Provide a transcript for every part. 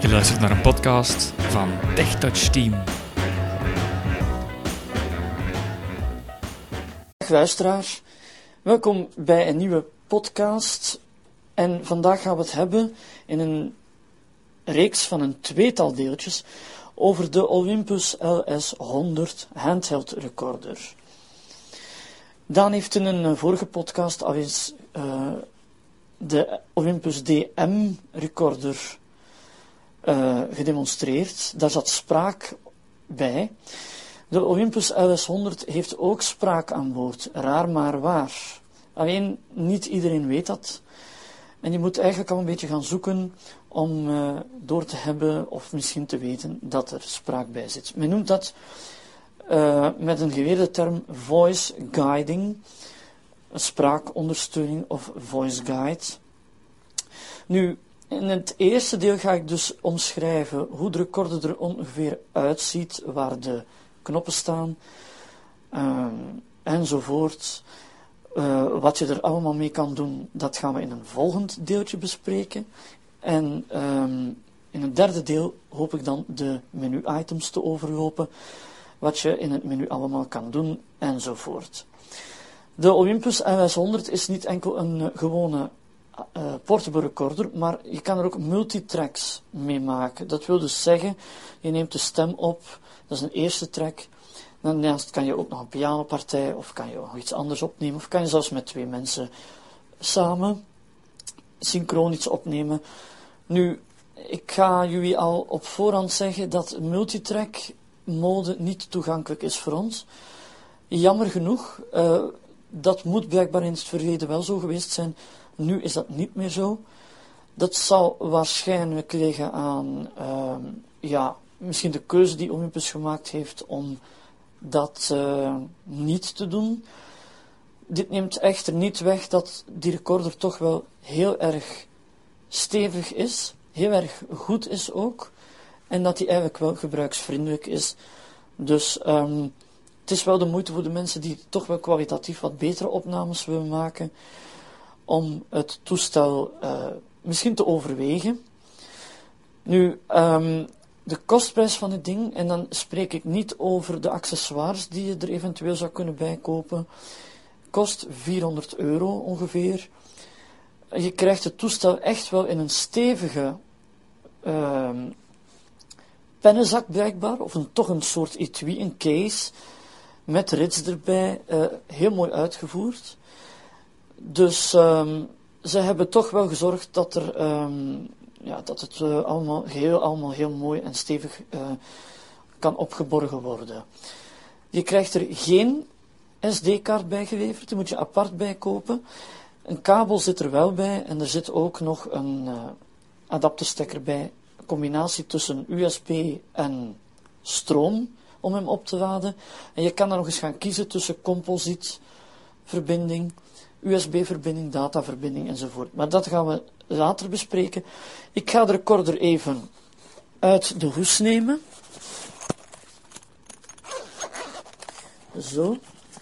Je luistert naar een podcast van TechTouch Team. Dag luisteraars, welkom bij een nieuwe podcast. En vandaag gaan we het hebben in een reeks van een tweetal deeltjes over de Olympus LS100 handheld recorder. Daan heeft in een vorige podcast al eens de Olympus DM recorder gedemonstreerd. Daar zat spraak bij. De Olympus LS100 heeft ook spraak aan boord. Raar maar waar. Alleen niet iedereen weet dat. En je moet eigenlijk al een beetje gaan zoeken om door te hebben of misschien te weten dat er spraak bij zit. Men noemt dat met een geleerde term voice guiding, spraakondersteuning of voice guide. Nu, in het eerste deel ga ik dus omschrijven hoe de recorder er ongeveer uitziet, waar de knoppen staan, enzovoort. Wat je er allemaal mee kan doen, dat gaan we in een volgend deeltje bespreken. En in het derde deel hoop ik dan de menu-items te overlopen, wat je in het menu allemaal kan doen, enzovoort. De Olympus LS100 is niet enkel een gewone portable recorder, maar je kan er ook multitracks mee maken. Dat wil dus zeggen, je neemt de stem op, dat is een eerste track. Daarnaast kan je ook nog een pianopartij, of kan je nog iets anders opnemen, of kan je zelfs met twee mensen samen synchroon iets opnemen. Nu, ik ga jullie al op voorhand zeggen dat multitrack mode niet toegankelijk is voor ons. Jammer genoeg, dat moet blijkbaar in het verleden wel zo geweest zijn. Nu is dat niet meer zo. Dat zal waarschijnlijk liggen aan misschien de keuze die Olympus gemaakt heeft om dat niet te doen. Dit neemt echter niet weg dat die recorder toch wel heel erg stevig is, heel erg goed is ook, en dat die eigenlijk wel gebruiksvriendelijk is. Dus het is wel de moeite voor de mensen die toch wel kwalitatief wat betere opnames willen maken, om het toestel misschien te overwegen. Nu, de kostprijs van het ding, en dan spreek ik niet over de accessoires die je er eventueel zou kunnen bijkopen, kost €400 ongeveer. Je krijgt het toestel echt wel in een stevige pennenzak blijkbaar, of toch een soort etui, een case, met rits erbij, heel mooi uitgevoerd. Dus ze hebben toch wel gezorgd dat dat het allemaal heel mooi en stevig kan opgeborgen worden. Je krijgt er geen SD-kaart bij geleverd, die moet je apart bijkopen. Een kabel zit er wel bij en er zit ook nog een adapterstekker bij. Een combinatie tussen USB en stroom om hem op te laden. En je kan dan nog eens gaan kiezen tussen composietverbinding, USB-verbinding, dataverbinding enzovoort. Maar dat gaan we later bespreken. Ik ga de recorder even uit de hoes nemen. Zo.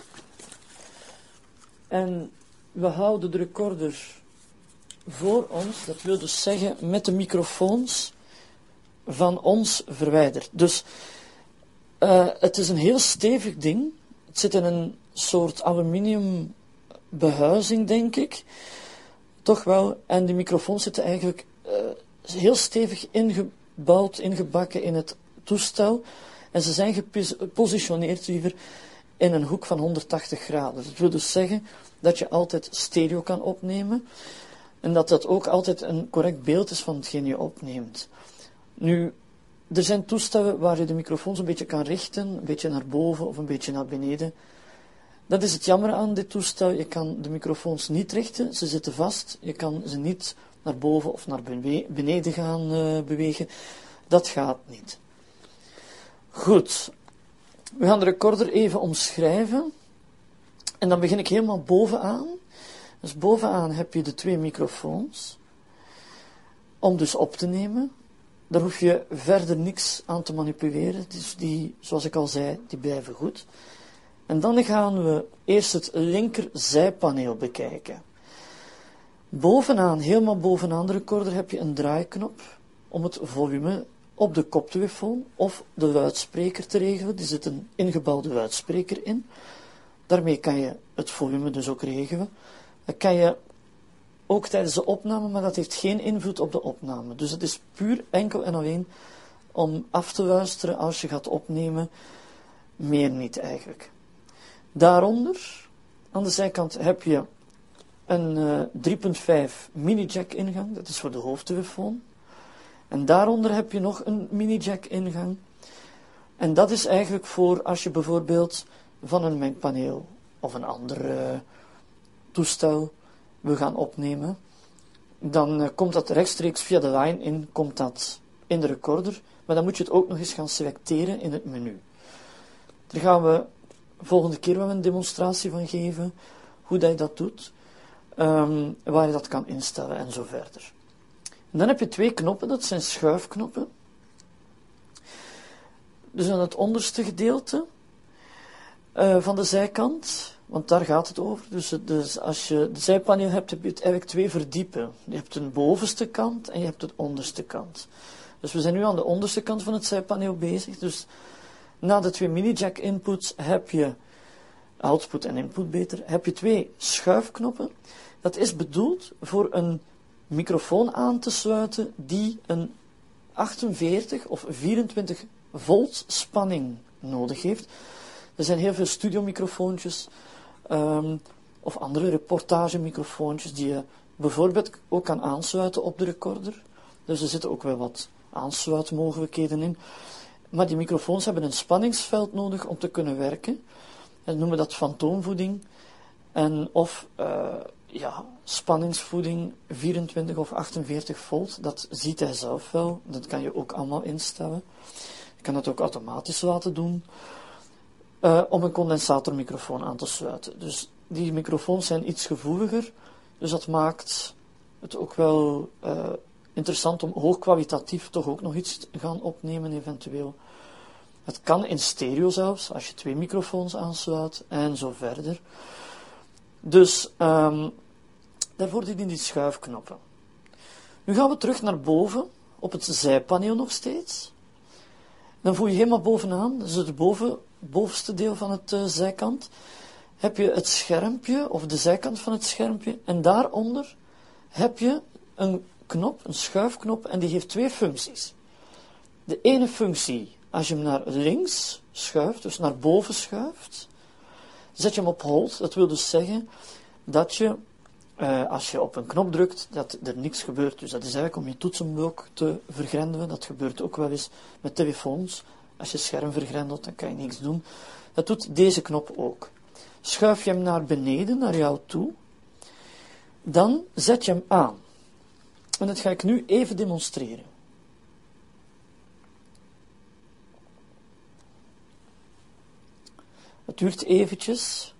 En we houden de recorder voor ons, dat wil dus zeggen met de microfoons van ons verwijderd. Dus het is een heel stevig ding. Het zit in een soort aluminium behuizing, denk ik. Toch wel. En die microfoons zitten eigenlijk heel stevig ingebouwd, ingebakken in het toestel. En ze zijn gepositioneerd liever in een hoek van 180 graden. Dat wil dus zeggen dat je altijd stereo kan opnemen. En dat dat ook altijd een correct beeld is van hetgeen je opneemt. Nu, er zijn toestellen waar je de microfoons een beetje kan richten, een beetje naar boven of een beetje naar beneden. Dat is het jammer aan dit toestel. Je kan de microfoons niet richten, ze zitten vast. Je kan ze niet naar boven of naar beneden gaan bewegen. Dat gaat niet. Goed. We gaan de recorder even omschrijven. En dan begin ik helemaal bovenaan. Dus bovenaan heb je de twee microfoons. Om dus op te nemen. Daar hoef je verder niks aan te manipuleren. Dus die, zoals ik al zei, die blijven goed. En dan gaan we eerst het linkerzijpaneel bekijken. Bovenaan, helemaal bovenaan de recorder heb je een draaiknop. om het volume op de koptelefoon of de luidspreker te regelen. Er zit een ingebouwde luidspreker in. Daarmee kan je het volume dus ook regelen. Dat kan je ook tijdens de opname, maar dat heeft geen invloed op de opname. Dus het is puur enkel en alleen om af te luisteren als je gaat opnemen. Meer niet eigenlijk. Daaronder, aan de zijkant, heb je een 3.5 mini-jack ingang. Dat is voor de hoofdtelefoon. En daaronder heb je nog een mini-jack ingang. En dat is eigenlijk voor als je bijvoorbeeld van een mengpaneel of een ander toestel wil gaan opnemen. Dan komt dat rechtstreeks via de line in, komt dat in de recorder. Maar dan moet je het ook nog eens gaan selecteren in het menu. Daar gaan we volgende keer wel een demonstratie van geven, hoe dat je dat doet, waar je dat kan instellen en zo verder. En dan heb je 2 knoppen, dat zijn schuifknoppen. Dus aan het onderste gedeelte van de zijkant, want daar gaat het over. Dus als je de zijpaneel hebt, heb je het eigenlijk 2 verdiepen. Je hebt een bovenste kant en je hebt de onderste kant. Dus we zijn nu aan de onderste kant van het zijpaneel bezig. Dus na de 2 mini-jack inputs heb je, output en input beter, heb je 2 schuifknoppen. Dat is bedoeld voor een microfoon aan te sluiten die een 48 of 24 volt spanning nodig heeft. Er zijn heel veel studiomicrofoontjes of andere reportagemicrofoontjes die je bijvoorbeeld ook kan aansluiten op de recorder. Dus er zitten ook wel wat aansluitmogelijkheden in. Maar die microfoons hebben een spanningsveld nodig om te kunnen werken. En noemen dat fantoomvoeding. En of spanningsvoeding 24 of 48 volt. Dat ziet hij zelf wel. Dat kan je ook allemaal instellen. Je kan dat ook automatisch laten doen. Om een condensatormicrofoon aan te sluiten. Dus die microfoons zijn iets gevoeliger. Dus dat maakt het ook wel interessant om hoogkwalitatief toch ook nog iets te gaan opnemen eventueel. Het kan in stereo zelfs, als je 2 microfoons aansluit en zo verder. Dus daarvoor dienen die schuifknoppen. Nu gaan we terug naar boven, op het zijpaneel nog steeds. Dan voel je helemaal bovenaan, dus het bovenste deel van het zijkant, heb je het schermpje, of de zijkant van het schermpje, en daaronder heb je een knop, een schuifknop, en die heeft 2 functies. De ene functie, als je hem naar links schuift, dus naar boven schuift, zet je hem op hold. Dat wil dus zeggen dat je, als je op een knop drukt, dat er niks gebeurt. Dus dat is eigenlijk om je toetsenblok te vergrendelen. Dat gebeurt ook wel eens met telefoons. Als je scherm vergrendelt, dan kan je niks doen. Dat doet deze knop ook. Schuif je hem naar beneden, naar jou toe, dan zet je hem aan. En dat ga ik nu even demonstreren. Het duurt eventjes.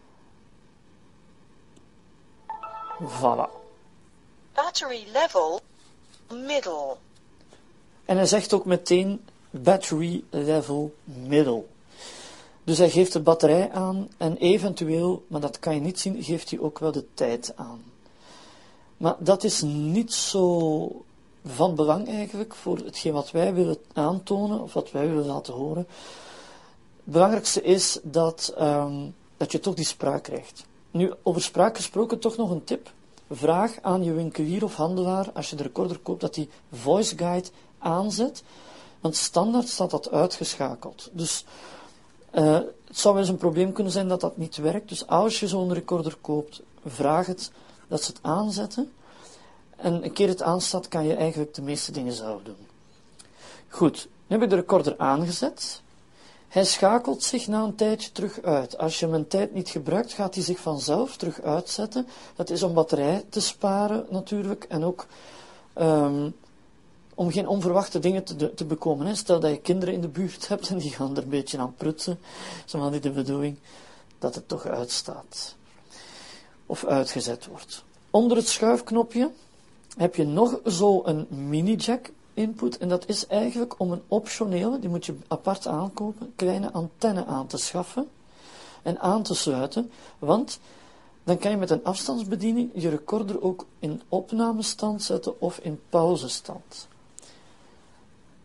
Voilà. Battery level middle. En hij zegt ook meteen battery level middle. Dus hij geeft de batterij aan en eventueel, maar dat kan je niet zien, geeft hij ook wel de tijd aan. Maar dat is niet zo van belang eigenlijk voor hetgeen wat wij willen aantonen of wat wij willen laten horen. Het belangrijkste is dat je toch die spraak krijgt. Nu, over spraak gesproken, toch nog een tip. Vraag aan je winkelier of handelaar, als je de recorder koopt, dat die voice guide aanzet. Want standaard staat dat uitgeschakeld. Dus het zou wel eens een probleem kunnen zijn dat dat niet werkt. Dus als je zo'n recorder koopt, vraag het dat ze het aanzetten. En een keer het aanstaat, kan je eigenlijk de meeste dingen zelf doen. Goed, nu heb ik de recorder aangezet. Hij schakelt zich na een tijdje terug uit. Als je hem een tijd niet gebruikt, gaat hij zich vanzelf terug uitzetten. Dat is om batterij te sparen natuurlijk. En ook om geen onverwachte dingen te bekomen. Hè. Stel dat je kinderen in de buurt hebt en die gaan er een beetje aan prutsen. Zo had ik de bedoeling dat het toch uitstaat. Of uitgezet wordt. Onder het schuifknopje heb je nog zo een mini-jack input. En dat is eigenlijk om een optionele, die moet je apart aankopen, kleine antenne aan te schaffen en aan te sluiten. Want dan kan je met een afstandsbediening je recorder ook in opnamestand zetten of in pauzestand.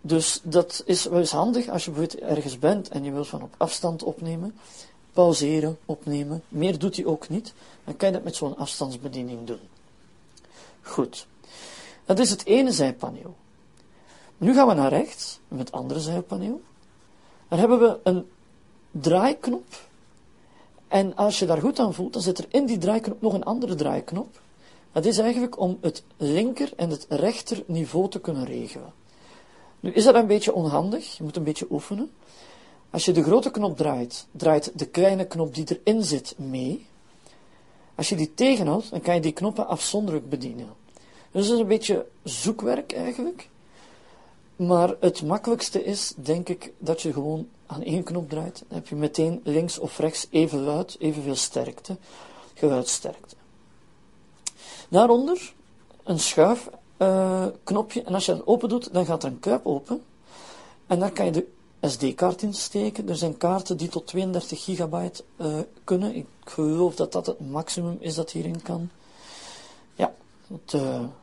Dus dat is wel eens handig als je bijvoorbeeld ergens bent en je wilt van op afstand opnemen. Pauzeren, opnemen. Meer doet hij ook niet. Dan kan je dat met zo'n afstandsbediening doen. Goed. Dat is het ene zijpaneel. Nu gaan we naar rechts, met het andere zijpaneel. Daar hebben we een draaiknop. En als je daar goed aan voelt, dan zit er in die draaiknop nog een andere draaiknop. Dat is eigenlijk om het linker en het rechter niveau te kunnen regelen. Nu is dat een beetje onhandig, je moet een beetje oefenen. Als je de grote knop draait, draait de kleine knop die erin zit mee. Als je die tegenhoudt, dan kan je die knoppen afzonderlijk bedienen. Dus dat is een beetje zoekwerk eigenlijk. Maar het makkelijkste is, denk ik, dat je gewoon aan één knop draait. Dan heb je meteen links of rechts even luid, evenveel sterkte, geluidsterkte. Daaronder een schuifknopje. En als je dat open doet, dan gaat er een kuip open. En daar kan je de SD-kaart in steken. Er zijn kaarten die tot 32 gigabyte kunnen. Ik geloof dat dat het maximum is dat hierin kan. Ja, tot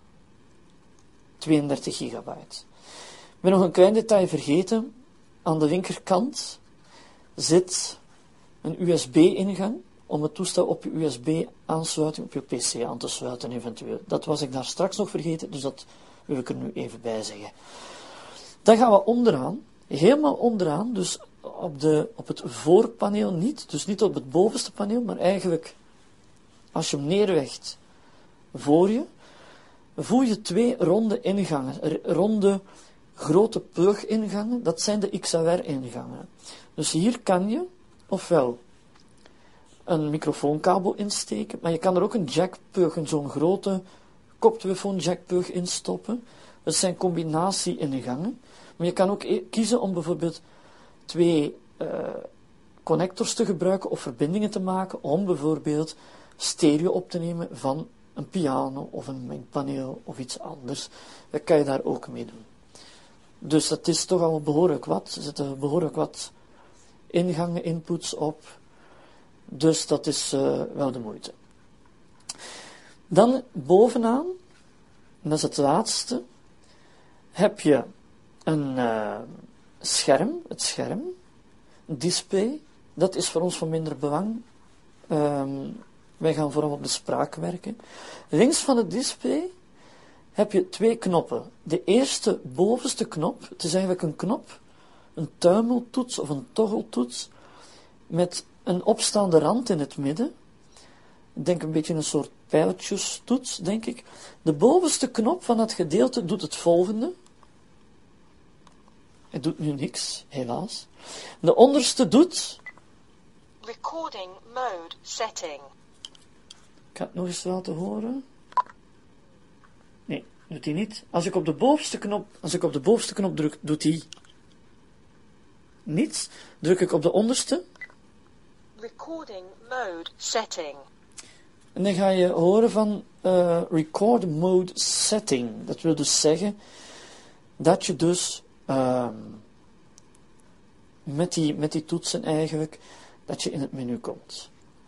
32 gigabyte. Ik ben nog een klein detail vergeten. Aan de linkerkant zit een USB-ingang om het toestel op je USB-aansluiting op je PC aan te sluiten eventueel. Dat was ik daar straks nog vergeten, dus dat wil ik er nu even bij zeggen. Dan gaan we onderaan, helemaal onderaan, dus op het voorpaneel niet, dus niet op het bovenste paneel, maar eigenlijk als je hem neerlegt voor je, voel je twee ronde ingangen, ronde grote plug-ingangen, dat zijn de XLR-ingangen. Dus hier kan je ofwel een microfoonkabel insteken, maar je kan er ook een jackplug, zo'n grote koptelefoon-jackplug instoppen. Dat zijn combinatie-ingangen. Maar je kan ook kiezen om bijvoorbeeld twee connectors te gebruiken of verbindingen te maken om bijvoorbeeld stereo op te nemen van een piano of een mengpaneel of iets anders. Dat kan je daar ook mee doen. Dus dat is toch al behoorlijk wat. Er zitten behoorlijk wat ingangen, inputs op. Dus dat is wel de moeite. Dan bovenaan, en dat is het laatste, heb je een scherm, het scherm, een display. Dat is voor ons van minder belang. Wij gaan vooral op de spraak werken. Links van het display heb je twee knoppen. De eerste bovenste knop, het is eigenlijk een knop, een tuimeltoets of een toggeltoets, met een opstaande rand in het midden. Ik denk een beetje een soort pijltjestoets, denk ik. De bovenste knop van dat gedeelte doet het volgende. Het doet nu niks, helaas. De onderste doet... Recording mode setting. Ik ga het nog eens laten horen. Nee, doet hij niet. Als ik op de bovenste knop druk, doet hij niets. Druk ik op de onderste. Recording mode setting. En dan ga je horen van record mode setting. Dat wil dus zeggen dat je dus met die toetsen eigenlijk, dat je in het menu komt.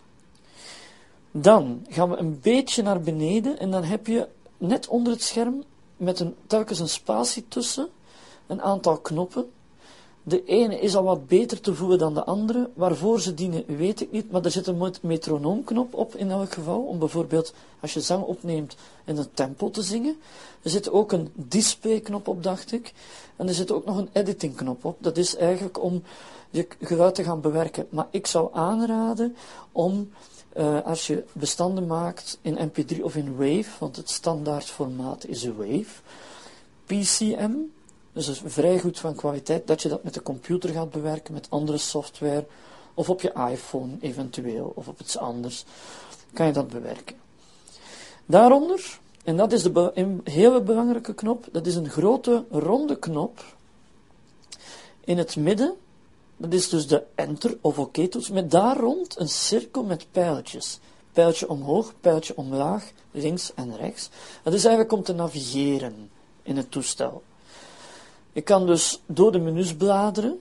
Dan gaan we een beetje naar beneden en dan heb je net onder het scherm met telkens een spatie tussen een aantal knoppen. De ene is al wat beter te voelen dan de andere. Waarvoor ze dienen, weet ik niet. Maar er zit een metronoomknop op in elk geval. Om bijvoorbeeld, als je zang opneemt, in een tempo te zingen. Er zit ook een displayknop op, dacht ik. En er zit ook nog een editingknop op. Dat is eigenlijk om je geluid te gaan bewerken. Maar ik zou aanraden om, als je bestanden maakt in MP3 of in WAV, want het standaardformaat is WAV, PCM, dus het is vrij goed van kwaliteit, dat je dat met de computer gaat bewerken, met andere software, of op je iPhone eventueel, of op iets anders, kan je dat bewerken. Daaronder, en dat is een hele belangrijke knop, dat is een grote ronde knop in het midden. Dat is dus de enter of oké toets, met daar rond een cirkel met pijltjes. Pijltje omhoog, pijltje omlaag, links en rechts. Dat is eigenlijk om te navigeren in het toestel. Je kan dus door de menus bladeren.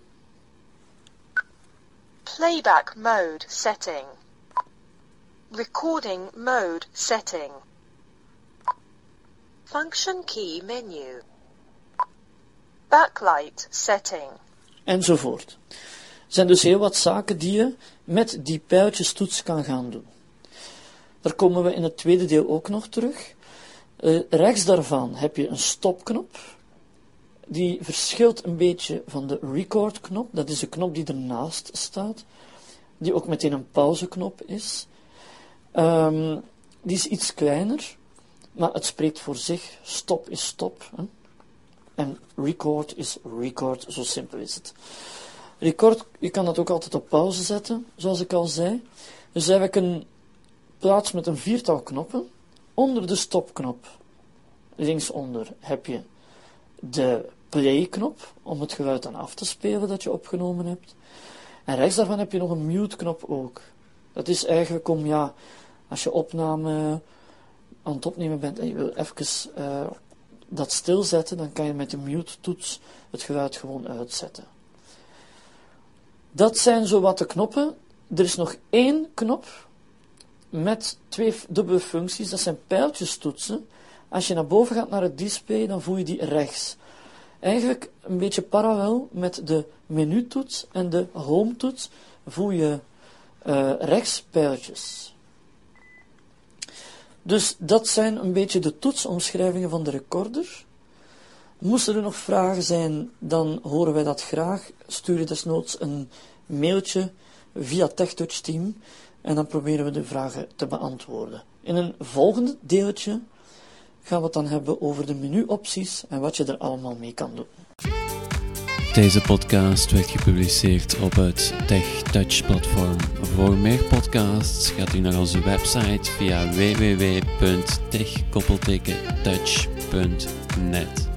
Playback mode setting. Recording mode setting. Function key menu. Backlight setting. Enzovoort. Er zijn dus heel wat zaken die je met die pijltjestoets kan gaan doen. Daar komen we in het tweede deel ook nog terug. Rechts daarvan heb je een stopknop. Die verschilt een beetje van de recordknop. Dat is de knop die ernaast staat. Die ook meteen een pauzeknop is. Die is iets kleiner. Maar het spreekt voor zich. Stop is stop. Hè? En record is record. Zo simpel is het. Record, je kan dat ook altijd op pauze zetten. Zoals ik al zei. Dus heb ik een plaats met een viertal knoppen. Onder de stopknop. Linksonder heb je de play-knop, om het geluid dan af te spelen dat je opgenomen hebt. En rechts daarvan heb je nog een mute-knop ook. Dat is eigenlijk om, ja, als je opname aan het opnemen bent en je wil even dat stilzetten, dan kan je met de mute-toets het geluid gewoon uitzetten. Dat zijn zo wat de knoppen. Er is nog één knop met twee dubbele functies, dat zijn pijltjestoetsen. Als je naar boven gaat naar het display, dan voel je die rechts. Eigenlijk een beetje parallel met de menutoets en de home-toets voel je rechts pijltjes. Dus dat zijn een beetje de toetsomschrijvingen van de recorder. Moesten er nog vragen zijn, dan horen wij dat graag. Stuur je desnoods een mailtje via TechTouch Team en dan proberen we de vragen te beantwoorden. In een volgende deeltje gaan we het dan hebben over de menuopties en wat je er allemaal mee kan doen. Deze podcast werd gepubliceerd op het TechTouch-platform. Voor meer podcasts gaat u naar onze website via www.tech-touch.net.